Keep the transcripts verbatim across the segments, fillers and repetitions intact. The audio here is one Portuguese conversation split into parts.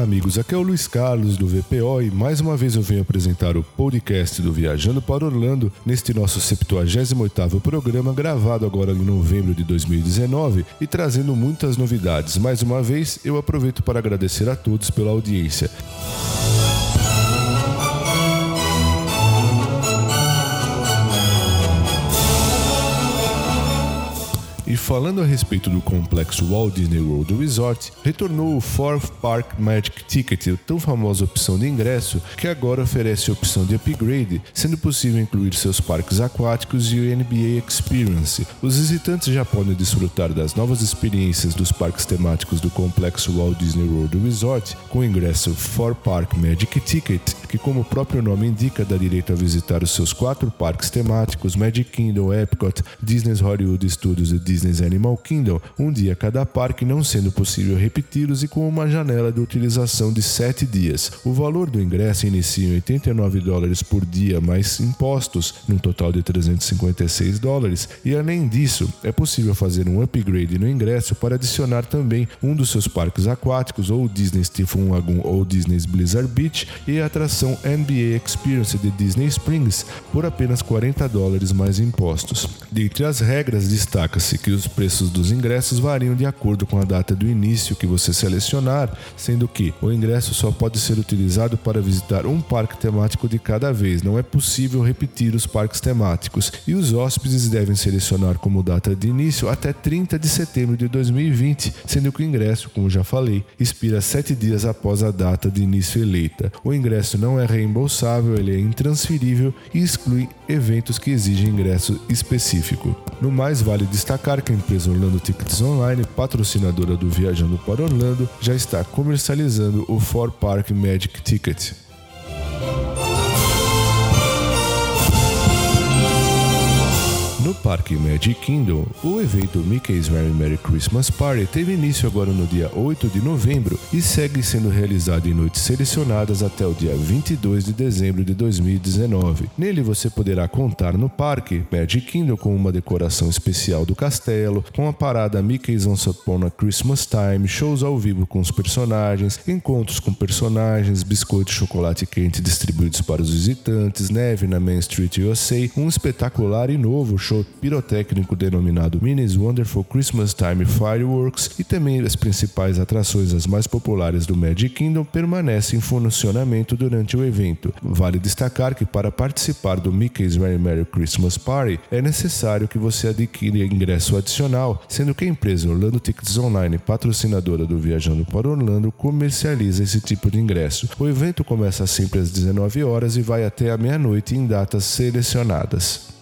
amigos, aqui é o Luiz Carlos do V P O e mais uma vez eu venho apresentar o podcast do Viajando para Orlando neste nosso septuagésimo oitavo programa, gravado agora em novembro de dois mil e dezenove e trazendo muitas novidades. Mais uma vez eu aproveito para agradecer a todos pela audiência. E falando a respeito do complexo Walt Disney World Resort, retornou o Fourth Park Magic Ticket, a tão famosa opção de ingresso, que agora oferece a opção de upgrade, sendo possível incluir seus parques aquáticos e o N B A Experience. Os visitantes já podem desfrutar das novas experiências dos parques temáticos do complexo Walt Disney World Resort, com o ingresso Fourth Park Magic Ticket, que, como o próprio nome indica, dá direito a visitar os seus quatro parques temáticos, Magic Kingdom, Epcot, Disney's Hollywood Studios e Disney's Animal Kingdom, um dia cada parque, não sendo possível repeti-los e com uma janela de utilização de sete dias. O valor do ingresso inicia em oitenta e nove dólares por dia mais impostos, num total de trezentos e cinquenta e seis dólares, e além disso, é possível fazer um upgrade no ingresso para adicionar também um dos seus parques aquáticos, ou Disney Typhoon Lagoon ou Disney's Blizzard Beach, e a atração N B A Experience de Disney Springs, por apenas quarenta dólares mais impostos. Dentre as regras, destaca-se que os preços dos ingressos variam de acordo com a data do início que você selecionar, sendo que o ingresso só pode ser utilizado para visitar um parque temático de cada vez, não é possível repetir os parques temáticos, e os hóspedes devem selecionar como data de início até trinta de setembro de dois mil e vinte, sendo que o ingresso, como já falei, expira sete dias após a data de início eleita. O ingresso não é reembolsável, ele é intransferível e exclui eventos que exigem ingresso específico. No mais, vale destacar que a empresa Orlando Tickets Online, patrocinadora do Viajando para Orlando, já está comercializando o Fourth Park Magic Ticket. No Parque Magic Kingdom, o evento Mickey's Very Merry Christmas Party teve início agora no dia oito de novembro e segue sendo realizado em noites selecionadas até o dia vinte e dois de dezembro de dois mil e dezenove. Nele você poderá contar no Parque Magic Kingdom com uma decoração especial do castelo, com a parada Mickey's Once Upon a Christmas Time, shows ao vivo com os personagens, encontros com personagens, biscoito e chocolate quente distribuídos para os visitantes, neve na Main Street U S A, um espetacular e novo show pirotécnico denominado Minnie's Wonderful Christmas Time Fireworks, e também as principais atrações, as mais populares do Magic Kingdom, permanecem em funcionamento durante o evento. Vale destacar que para participar do Mickey's Very Merry Christmas Party é necessário que você adquira ingresso adicional, sendo que a empresa Orlando Tickets Online, patrocinadora do Viajando para Orlando, comercializa esse tipo de ingresso. O evento começa sempre às dezenove horas e vai até a meia-noite em datas selecionadas.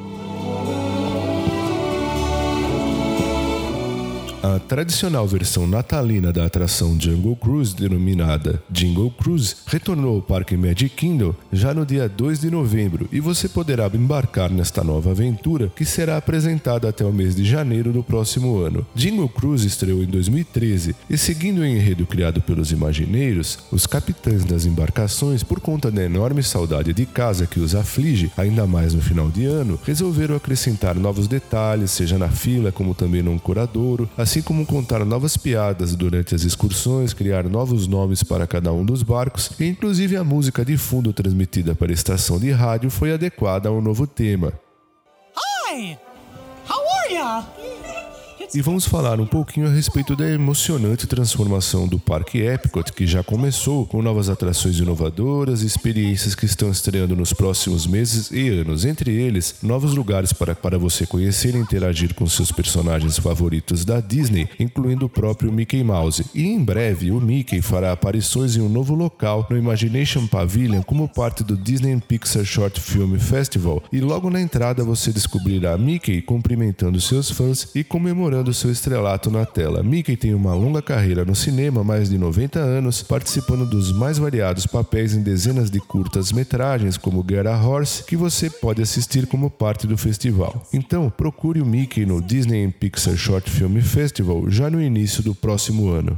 A tradicional versão natalina da atração Jungle Cruise, denominada Jingle Cruise, retornou ao Parque Magic Kingdom já no dia dois de novembro e você poderá embarcar nesta nova aventura que será apresentada até o mês de janeiro do próximo ano. Jingle Cruise estreou em dois mil e treze e, seguindo o enredo criado pelos Imagineiros, os capitães das embarcações, por conta da enorme saudade de casa que os aflige, ainda mais no final de ano, resolveram acrescentar novos detalhes, seja na fila como também no ancoradouro, assim como contar novas piadas durante as excursões, criar novos nomes para cada um dos barcos e inclusive a música de fundo transmitida para a estação de rádio foi adequada ao novo tema. Hi! How are ya? E vamos falar um pouquinho a respeito da emocionante transformação do Parque Epcot, que já começou com novas atrações inovadoras e experiências que estão estreando nos próximos meses e anos. Entre eles, novos lugares para, para você conhecer e interagir com seus personagens favoritos da Disney, incluindo o próprio Mickey Mouse. E em breve, o Mickey fará aparições em um novo local no Imagination Pavilion como parte do Disney Pixar Short Film Festival. E logo na entrada você descobrirá Mickey cumprimentando seus fãs e comemorando seu estrelato na tela. Mickey tem uma longa carreira no cinema, mais de noventa anos, participando dos mais variados papéis em dezenas de curtas-metragens, como Get a Horse, que você pode assistir como parte do festival. Então, procure o Mickey no Disney Pixar Short Film Festival já no início do próximo ano.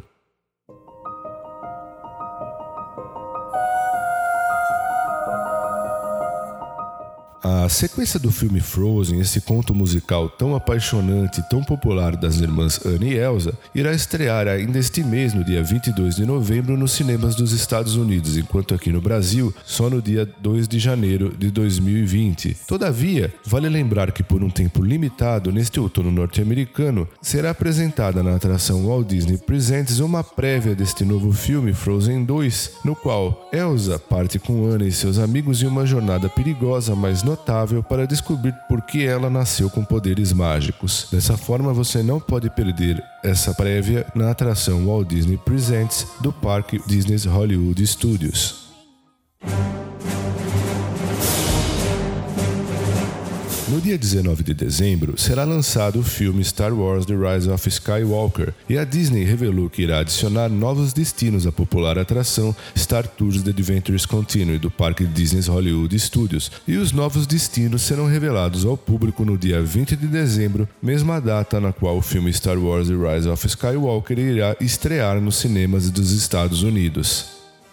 A sequência do filme Frozen, esse conto musical tão apaixonante e tão popular das irmãs Anna e Elsa, irá estrear ainda este mês, no dia vinte e dois de novembro, nos cinemas dos Estados Unidos, enquanto aqui no Brasil, só no dia dois de janeiro de dois mil e vinte. Todavia, vale lembrar que por um tempo limitado, neste outono norte-americano, será apresentada na atração Walt Disney Presents uma prévia deste novo filme, Frozen dois, no qual Elsa parte com Anna e seus amigos em uma jornada perigosa, mas notável, para descobrir por que ela nasceu com poderes mágicos. Dessa forma, você não pode perder essa prévia na atração Walt Disney Presents do Parque Disney's Hollywood Studios. No dia dezenove de dezembro, será lançado o filme Star Wars The Rise of Skywalker, e a Disney revelou que irá adicionar novos destinos à popular atração Star Tours The Adventures Continue do Parque Disney's Hollywood Studios, e os novos destinos serão revelados ao público no dia vinte de dezembro, mesma data na qual o filme Star Wars The Rise of Skywalker irá estrear nos cinemas dos Estados Unidos.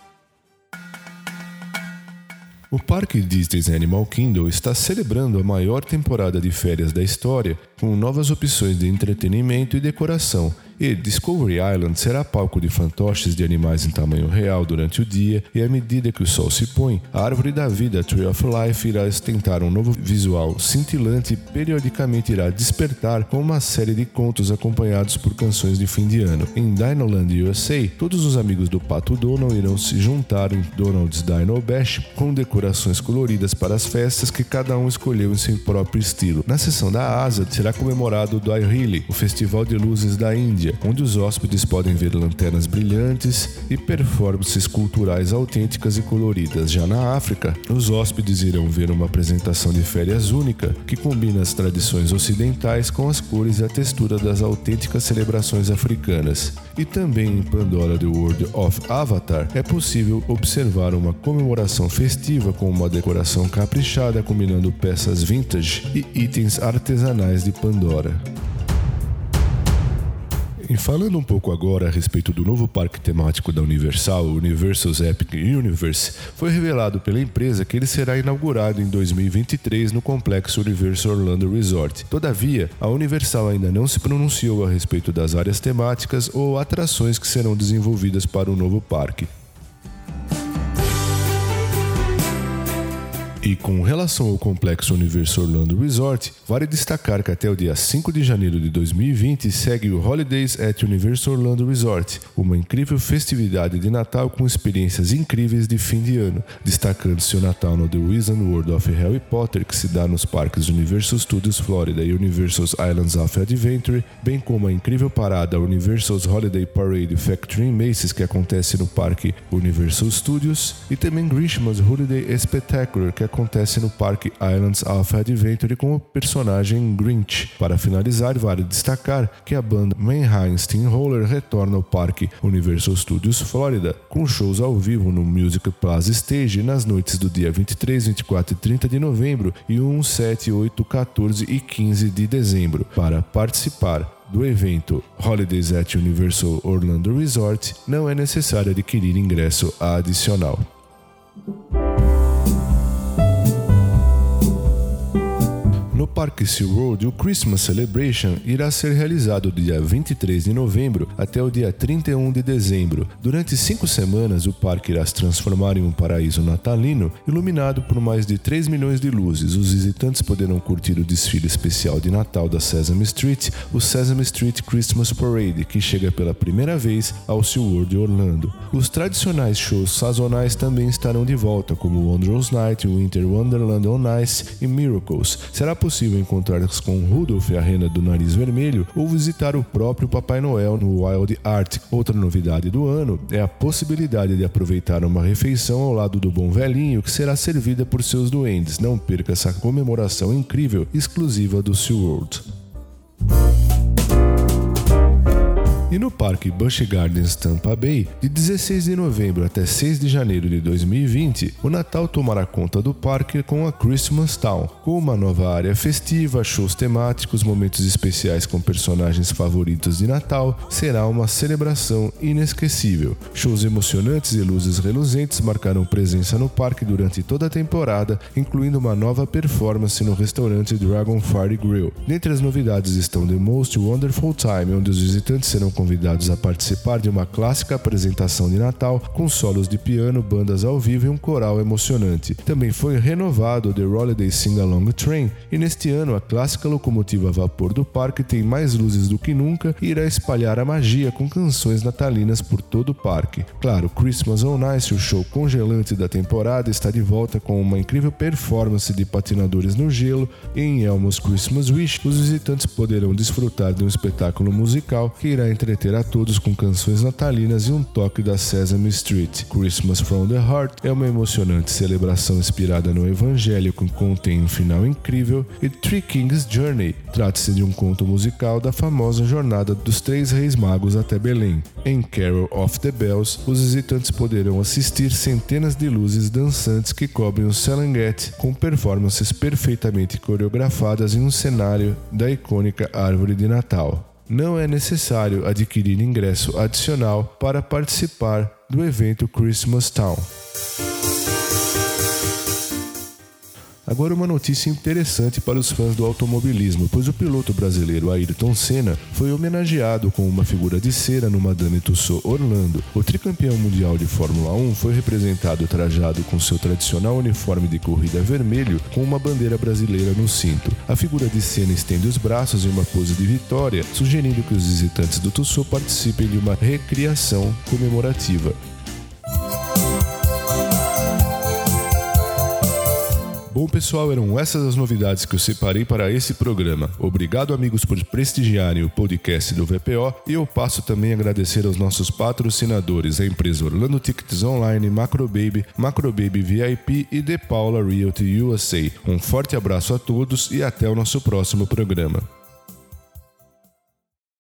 O Parque Disney's Animal Kingdom está celebrando a maior temporada de férias da história, com novas opções de entretenimento e decoração, e Discovery Island será palco de fantoches de animais em tamanho real durante o dia, e à medida que o sol se põe, a Árvore da Vida, Tree of Life, irá ostentar um novo visual cintilante e periodicamente irá despertar com uma série de contos acompanhados por canções de fim de ano. Em Dinoland U S A, todos os amigos do Pato Donald irão se juntar em Donald's Dino Bash com decorações coloridas para as festas que cada um escolheu em seu próprio estilo. Na seção da Ásia será comemorado o Daihili, o festival de luzes da Índia, onde os hóspedes podem ver lanternas brilhantes e performances culturais autênticas e coloridas. Já na África, os hóspedes irão ver uma apresentação de férias única que combina as tradições ocidentais com as cores e a textura das autênticas celebrações africanas. E também em Pandora The World of Avatar é possível observar uma comemoração festiva com uma decoração caprichada combinando peças vintage e itens artesanais de Pandora. E falando um pouco agora a respeito do novo parque temático da Universal, o Universal's Epic Universe, foi revelado pela empresa que ele será inaugurado em dois mil e vinte e três no complexo Universal Orlando Resort. Todavia, a Universal ainda não se pronunciou a respeito das áreas temáticas ou atrações que serão desenvolvidas para o novo parque. E com relação ao complexo Universal Orlando Resort, vale destacar que até o dia cinco de janeiro de dois mil e vinte segue o Holidays at Universal Orlando Resort, uma incrível festividade de Natal com experiências incríveis de fim de ano, destacando-se o Natal no The Wizard World of Harry Potter, que se dá nos parques Universal Studios Florida e Universal's Islands of Adventure, bem como a incrível parada Universal's Holiday Parade Factory Macy's, que acontece no parque Universal Studios, e também Grinchmas Holiday Spectacular, que acontece no Parque Islands of Adventure com o personagem Grinch. Para finalizar, vale destacar que a banda Mannheim Steamroller retorna ao Parque Universal Studios Florida com shows ao vivo no Music Plaza Stage nas noites do dia vinte e três, vinte e quatro e trinta de novembro e um, sete, oito, quatorze e quinze de dezembro. Para participar do evento Holidays at Universal Orlando Resort, não é necessário adquirir ingresso adicional. No Parque SeaWorld, o Christmas Celebration irá ser realizado do dia vinte e três de novembro até o dia trinta e um de dezembro. Durante cinco semanas, o parque irá se transformar em um paraíso natalino, iluminado por mais de três milhões de luzes. Os visitantes poderão curtir o desfile especial de Natal da Sesame Street, o Sesame Street Christmas Parade, que chega pela primeira vez ao SeaWorld Orlando. Os tradicionais shows sazonais também estarão de volta, como Wondrous Night, Winter Wonderland on Ice e Miracles. Será possível encontrar-se com Rudolph e a Rena do Nariz Vermelho ou visitar o próprio Papai Noel no Wild Arctic. Outra novidade do ano é a possibilidade de aproveitar uma refeição ao lado do Bom Velhinho que será servida por seus duendes. Não perca essa comemoração incrível exclusiva do SeaWorld. E no Parque Busch Gardens Tampa Bay, de dezesseis de novembro até seis de janeiro de dois mil e vinte, o Natal tomará conta do parque com a Christmas Town, com uma nova área festiva, shows temáticos, momentos especiais com personagens favoritos de Natal. Será uma celebração inesquecível. Shows emocionantes e luzes reluzentes marcarão presença no parque durante toda a temporada, incluindo uma nova performance no restaurante Dragon Fire Grill. Dentre as novidades estão The Most Wonderful Time, onde os visitantes serão convidados a participar de uma clássica apresentação de Natal com solos de piano, bandas ao vivo e um coral emocionante. Também foi renovado o The Holiday Sing-Along Train, e neste ano a clássica locomotiva a vapor do parque tem mais luzes do que nunca e irá espalhar a magia com canções natalinas por todo o parque. Claro, Christmas on Ice, o show congelante da temporada, está de volta com uma incrível performance de patinadores no gelo, e em Elmo's Christmas Wish os visitantes poderão desfrutar de um espetáculo musical que irá entreter a todos com canções natalinas e um toque da Sesame Street. Christmas from the Heart é uma emocionante celebração inspirada no Evangelho que contém um final incrível, e Three Kings Journey trata-se de um conto musical da famosa jornada dos três reis magos até Belém. Em Carol of the Bells, os visitantes poderão assistir centenas de luzes dançantes que cobrem o Serengeti, com performances perfeitamente coreografadas em um cenário da icônica árvore de Natal. Não é necessário adquirir ingresso adicional para participar do evento Christmas Town. Agora uma notícia interessante para os fãs do automobilismo, pois o piloto brasileiro Ayrton Senna foi homenageado com uma figura de cera no Madame Tussauds Orlando. O tricampeão mundial de Fórmula um foi representado trajado com seu tradicional uniforme de corrida vermelho com uma bandeira brasileira no cinto. A figura de Senna estende os braços em uma pose de vitória, sugerindo que os visitantes do Tussauds participem de uma recriação comemorativa. Bom pessoal, eram essas as novidades que eu separei para esse programa. Obrigado amigos por prestigiarem o podcast do V P O, e eu passo também a agradecer aos nossos patrocinadores, a empresa Orlando Tickets Online, Macrobaby, Macrobaby V I P e The Paula Realty U S A. Um forte abraço a todos e até o nosso próximo programa.